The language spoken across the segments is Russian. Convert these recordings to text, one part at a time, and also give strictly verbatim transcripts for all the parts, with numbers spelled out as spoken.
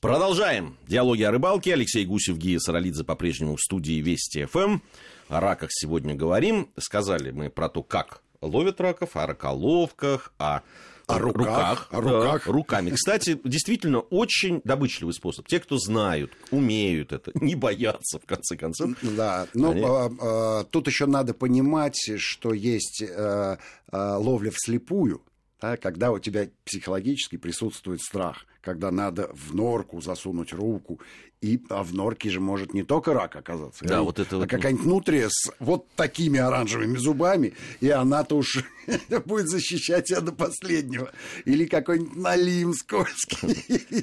Продолжаем. Диалоги о рыбалке. Алексей Гусев, Гия Саралидзе по-прежнему в студии Вести эф эм. О раках сегодня говорим. Сказали мы про то, как ловят раков, о раколовках, о, о руках. руках, о руках. Да, руками. Кстати, действительно, очень добычливый способ. Те, кто знают, умеют это, не боятся, в конце концов. Да, но Они... а, а, тут еще надо понимать, что есть а, а, ловля вслепую. Да, когда у тебя психологически присутствует страх, когда надо в норку засунуть руку, и, а в норке же может не только рак оказаться, да, а, вот это а вот... какая-нибудь нутрия с вот такими оранжевыми зубами, и она-то уж будет защищать тебя до последнего. Или какой-нибудь налим скользкий.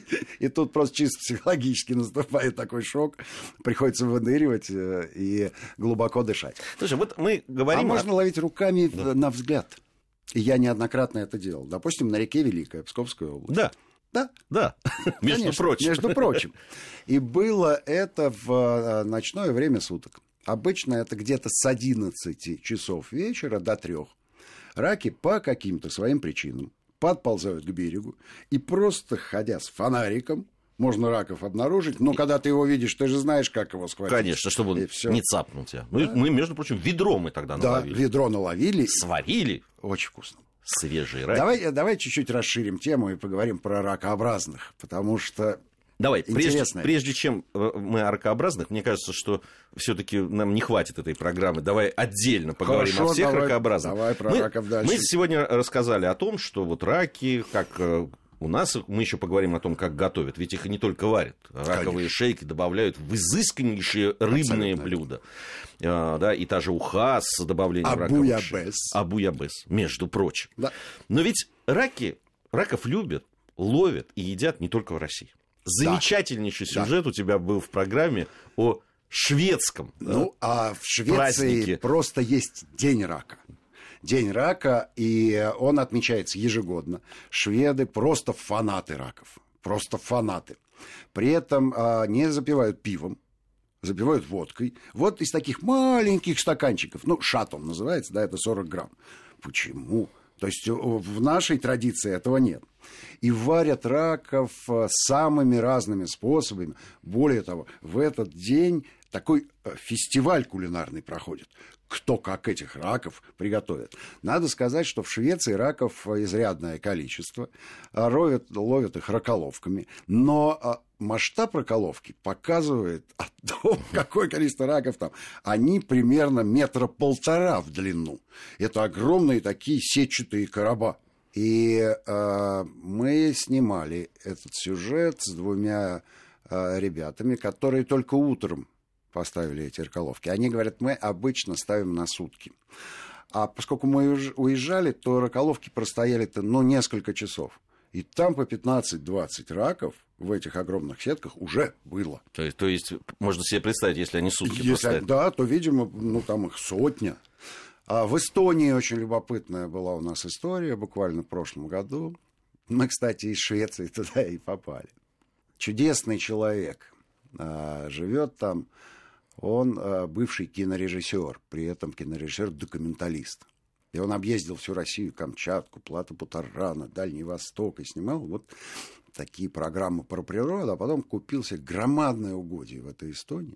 И тут просто чисто психологически наступает такой шок, приходится выныривать и глубоко дышать. Слушай, вот мы говорим... А можно ловить руками да. на взгляд. И я неоднократно это делал. Допустим, на реке Великая, Псковская область. Да. Да. Да. Между Конечно, прочим. Между прочим. И было это в ночное время суток. Обычно это где-то с одиннадцати часов вечера до трех. Раки по каким-то своим причинам подползают к берегу и просто ходя с фонариком, можно раков обнаружить, но когда ты его видишь, ты же знаешь, как его схватить. Конечно, чтобы он не цапнул тебя. Да. Мы, мы, между прочим, ведро мы тогда наловили. Да, ведро наловили. Сварили. Очень вкусно. Свежие раки. Давай, давай чуть-чуть расширим тему и поговорим про ракообразных, потому что... Давай, прежде, прежде чем мы о ракообразных, мне кажется, что все-таки нам не хватит этой программы. Давай отдельно поговорим Хорошо, о всех давай, ракообразных. Давай про мы, раков дальше. Мы сегодня рассказали о том, что вот раки, как у нас, мы еще поговорим о том, как готовят. Ведь их и не только варят. Раковые Конечно. Шейки добавляют в изысканнейшие рыбные Абсолютно. Блюда. А, да, и та же уха с добавлением раковых шеек. Абуябес, между прочим. Да. Но ведь раки, раков любят, ловят и едят не только в России. Замечательнейший да. сюжет да. у тебя был в программе о шведском Ну, да, а в Швеции празднике. Просто есть День рака. День рака, и он отмечается ежегодно. Шведы просто фанаты раков. Просто фанаты. При этом а, не запивают пивом, запивают водкой. Вот из таких маленьких стаканчиков. Ну, шат он называется, да, это сорок грамм. Почему? То есть в нашей традиции этого нет. И варят раков самыми разными способами. Более того, в этот день такой фестиваль кулинарный проходит. Кто как этих раков приготовит. Надо сказать, что в Швеции раков изрядное количество. Ловят, ловят их раколовками. Но масштаб раколовки показывает о том, какое количество раков там. Они примерно метра полтора в длину. Это огромные такие сетчатые короба. И э, мы снимали этот сюжет с двумя э, ребятами, которые только утром поставили эти раколовки. Они говорят, мы обычно ставим на сутки. А поскольку мы уезжали, то раколовки простояли-то, ну, несколько часов. И там по пятнадцать-двадцать раков в этих огромных сетках уже было. То есть, то есть можно себе представить, если они сутки если, простоят. Да, то, видимо, ну, там их сотня. А в Эстонии очень любопытная была у нас история, буквально в прошлом году. Мы, кстати, из Швеции туда и попали. Чудесный человек а, живет там. Он а, бывший кинорежиссер, при этом кинорежиссер-документалист. И он объездил всю Россию, Камчатку, Плато-Путарана, Дальний Восток, и снимал вот такие программы про природу, а потом купил себе громадное угодье в этой Эстонии.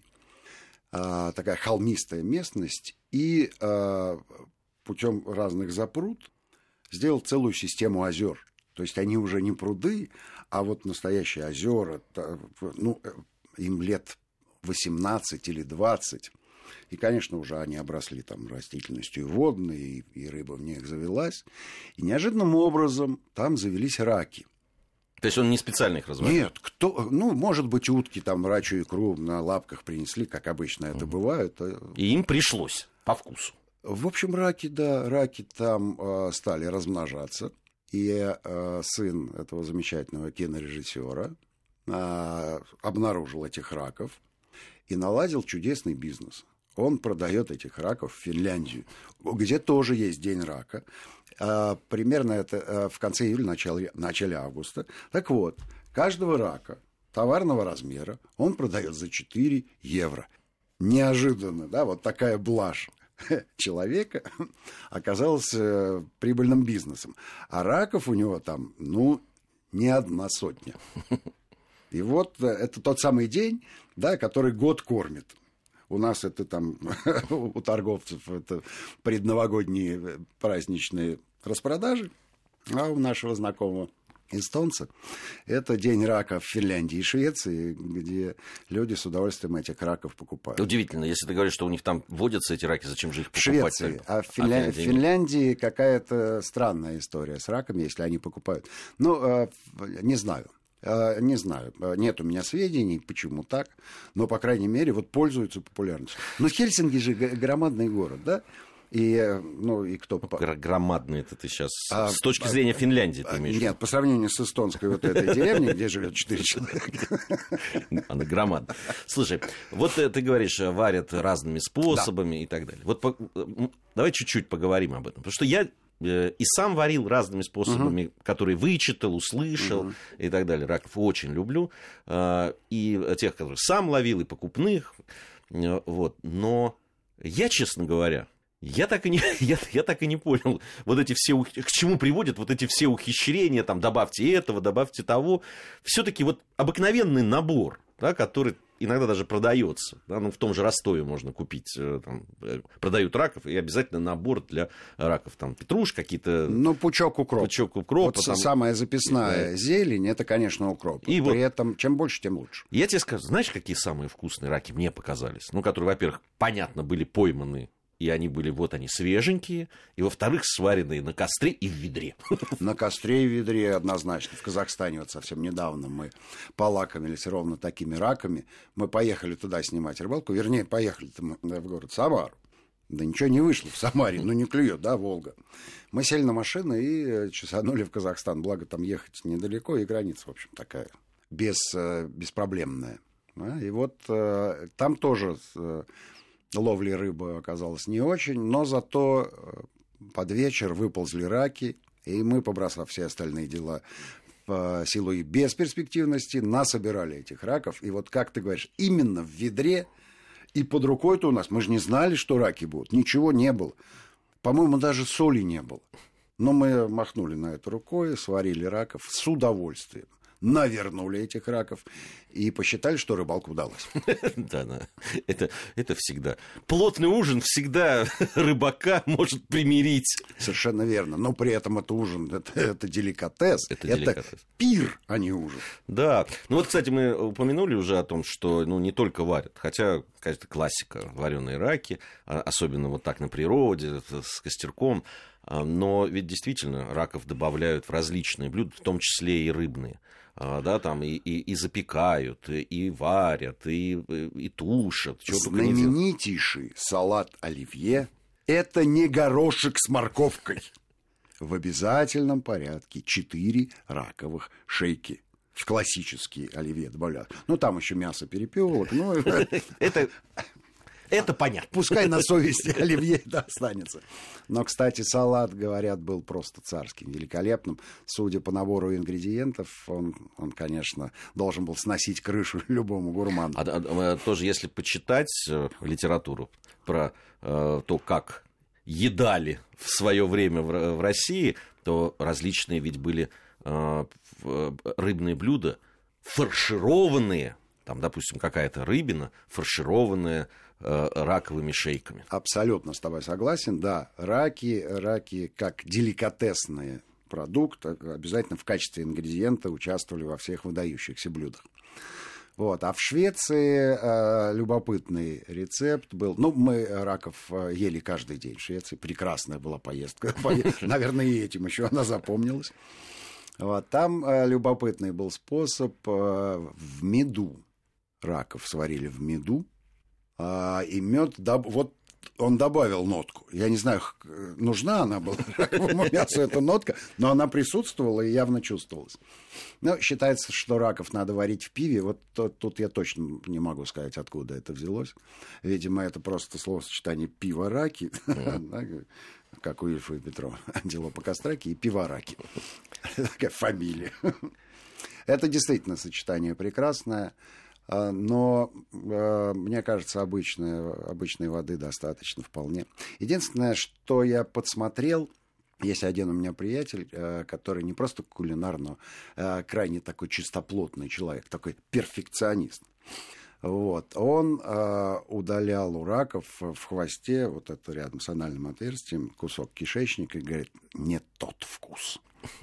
А, такая холмистая местность, и а, путем разных запрут сделал целую систему озер. То есть они уже не пруды, а вот настоящие озера, ну, им лет восемнадцать или двадцать. И, конечно, уже они обросли там растительностью водной, и, и рыба в них завелась. И неожиданным образом там завелись раки. То есть он не специально их разводил? Нет, кто, ну, может быть, утки там рачью икру на лапках принесли, как обычно это mm. бывает. И им пришлось по вкусу. В общем, раки, да, раки там э, стали размножаться. И э, сын этого замечательного кинорежиссера э, обнаружил этих раков и наладил чудесный бизнес. Он продает этих раков в Финляндию, где тоже есть День рака. А, примерно это а, в конце июля, начале, начале августа. Так вот, каждого рака товарного размера он продает за четыре евро. Неожиданно, да, вот такая блажь человека оказалась э, прибыльным бизнесом. А раков у него там, ну, не одна сотня. И вот это тот самый день, да, который год кормит. У нас это там, у торговцев это предновогодние праздничные распродажи, а у нашего знакомого эстонца это день рака в Финляндии и Швеции, где люди с удовольствием этих раков покупают. Удивительно, если ты говоришь, что у них там водятся эти раки, зачем же их покупать? В Швеции, а в, Финля... а в Финляндии какая-то странная история с раками, если они покупают. Ну, не знаю. Не знаю, нет у меня сведений, почему так, но, по крайней мере, вот пользуются популярностью. Но Хельсинки же громадный город, да? И, ну, и кто... Громадный это ты сейчас... А, с точки зрения а, Финляндии ты имеешь? Нет, по сравнению с эстонской вот этой деревней, где живет четыре человека. Она громадная. Слушай, вот ты говоришь, варят разными способами, да, и так далее. Вот по... давай чуть-чуть поговорим об этом. Потому что я и сам варил разными способами, uh-huh. которые вычитал, услышал, uh-huh. и так далее. Раков очень люблю. И тех, которые сам ловил, и покупных. Вот. Но я, честно говоря, я так и не, я, я так и не понял, вот эти все, к чему приводят вот эти все ухищрения, там, добавьте этого, добавьте того. Все-таки вот обыкновенный набор, да, который иногда даже продается. Да, ну, в том же Ростове можно купить, там, продают раков, и обязательно набор для раков. Там петрушка, какие-то... Ну, пучок укропа. Пучок укропа. Вот там... самая записная да. зелень, это, конечно, укроп. И При вот... этом, чем больше, тем лучше. Я тебе скажу, знаешь, какие самые вкусные раки мне показались? Ну, которые, во-первых, понятно, были пойманы, и они были, вот они, свеженькие, и, во-вторых, сваренные на костре и в ведре. На костре и в ведре однозначно. В Казахстане вот совсем недавно мы полакомились ровно такими раками. Мы поехали туда снимать рыбалку, вернее, поехали мы в город Самару. Да ничего не вышло в Самаре, ну не клюет, да, Волга. Мы сели на машину и чесанули в Казахстан. Благо там ехать недалеко, и граница, в общем, такая, без, беспроблемная. И вот там тоже... ловли рыбы оказалось не очень, но зато под вечер выползли раки, и мы, побросав все остальные дела в силу и бесперспективности, насобирали этих раков. И вот, как ты говоришь, именно в ведре и под рукой-то у нас, мы же не знали, что раки будут, ничего не было. По-моему, даже соли не было. Но мы махнули на это рукой, сварили раков с удовольствием. Навернули этих раков и посчитали, что рыбалка удалась. Да, да. Это, это всегда. Плотный ужин всегда рыбака может примирить. Совершенно верно. Но при этом это ужин, это, это деликатес. Это, это деликатес. Пир, а не ужин. Да. Ну вот, кстати, мы упомянули уже о том, что ну, не только варят. Хотя, конечно, классика, вареные раки. Особенно вот так на природе, с костерком. Но ведь действительно раков добавляют в различные блюда, в том числе и рыбные. Да, там и, и, и запекают, и, и варят, и, и тушат. Знаменитейший салат оливье – это не горошек с морковкой. В обязательном порядке четыре раковых шейки. В классические оливье добавляют. Ну, там еще мясо перепелок. Ну, это... Это понятно. Пускай на совести оливье да, останется. Но, кстати, салат, говорят, был просто царским, великолепным. Судя по набору ингредиентов, он, он конечно, должен был сносить крышу любому гурману. А, а, тоже, если почитать литературу про э, то, как едали в свое время в, в России, то различные ведь были э, рыбные блюда, фаршированные, там, допустим, какая-то рыбина, фаршированная раковыми шейками. Абсолютно с тобой согласен, да. Раки, раки как деликатесный продукт обязательно в качестве ингредиента участвовали во всех выдающихся блюдах. Вот. А в Швеции э, любопытный рецепт был. Ну, мы раков ели каждый день в Швеции. Прекрасная была поездка. Наверное, и этим еще она запомнилась. Вот. Там э, любопытный был способ э, в меду. Раков сварили в меду. И мед, вот он добавил нотку. Я не знаю, нужна она была раковому мясу эта нотка, но она присутствовала и явно чувствовалась. Но считается, что раков надо варить в пиве. Вот тут я точно не могу сказать, откуда это взялось. Видимо, это просто словосочетание пиво-раки, как у Ильфа и Петрова, Антилопа Костраки и пиво-раки. Такая фамилия. Это действительно сочетание прекрасное. Но, мне кажется, обычной, обычной воды достаточно вполне. Единственное, что я подсмотрел, Есть один у меня приятель, который не просто кулинар, но крайне такой чистоплотный человек, такой перфекционист. Вот. Он э, удалял у раков в хвосте, вот это рядом с анальным отверстием, кусок кишечника, и говорит, не тот вкус.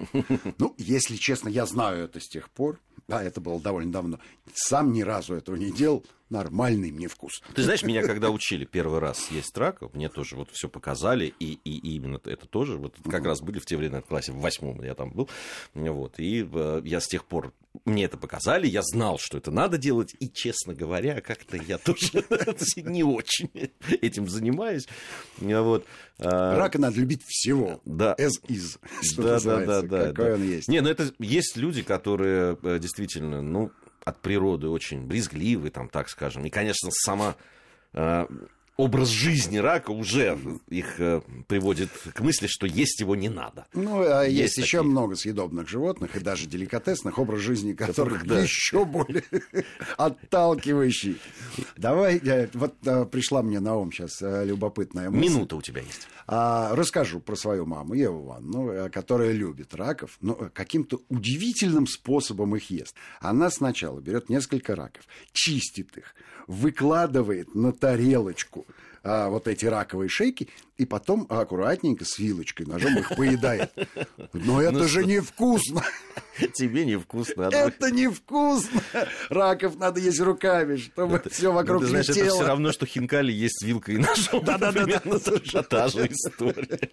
Ну, если честно, я знаю это с тех пор, да, это было довольно давно, сам ни разу этого не делал, нормальный мне вкус. Ты знаешь, меня когда учили первый раз есть раков, мне тоже вот все показали, и, и, и именно это тоже, вот как mm-hmm. раз были в те времена в классе, в восьмом я там был, вот, и э, я с тех пор, мне это показали, я знал, что это надо делать, и, честно говоря, как-то я тоже не очень этим занимаюсь, вот. Рака надо любить всего, да. as is, что да, называется, да, да, какой да. он есть. Не, ну это есть люди, которые действительно, ну, от природы очень брезгливы, там, так скажем. И, конечно, сама э, образ жизни рака уже их э, приводит к мысли, что есть его не надо. Ну, а есть, есть еще такие. много съедобных животных, и даже деликатесных, образ жизни которых да. еще более отталкивающий. Давай, вот пришла мне на ум сейчас любопытная мысль. Минута у тебя есть. Расскажу про свою маму, Еву Ивановну, которая любит раков, но каким-то удивительным способом их ест. Она сначала берет несколько раков, чистит их, выкладывает на тарелочку а, вот эти раковые шейки, и потом аккуратненько с вилочкой, ножом их поедает. Но это ну, же что? Невкусно. Тебе невкусно. Это невкусно. Раков надо есть руками, чтобы это, все вокруг ну, ты знаешь, летело. Это все равно, что хинкали есть вилкой и ножом. Да-да-да. Та же история.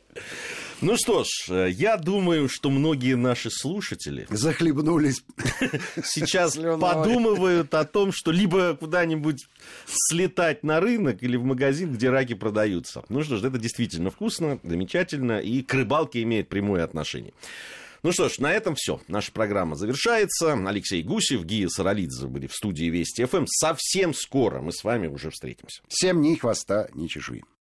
Ну что ж, я думаю, что многие наши слушатели захлебнулись сейчас подумывают о том, что либо куда-нибудь слетать на рынок или в магазин, где раки продаются. Ну что ж, это действительно вкусно, замечательно, и к рыбалке имеет прямое отношение. Ну что ж, на этом все. Наша программа завершается. Алексей Гусев, Гия Саралидзе были в студии Вести ФМ. Совсем скоро мы с вами уже встретимся. Всем ни хвоста, ни чешуи.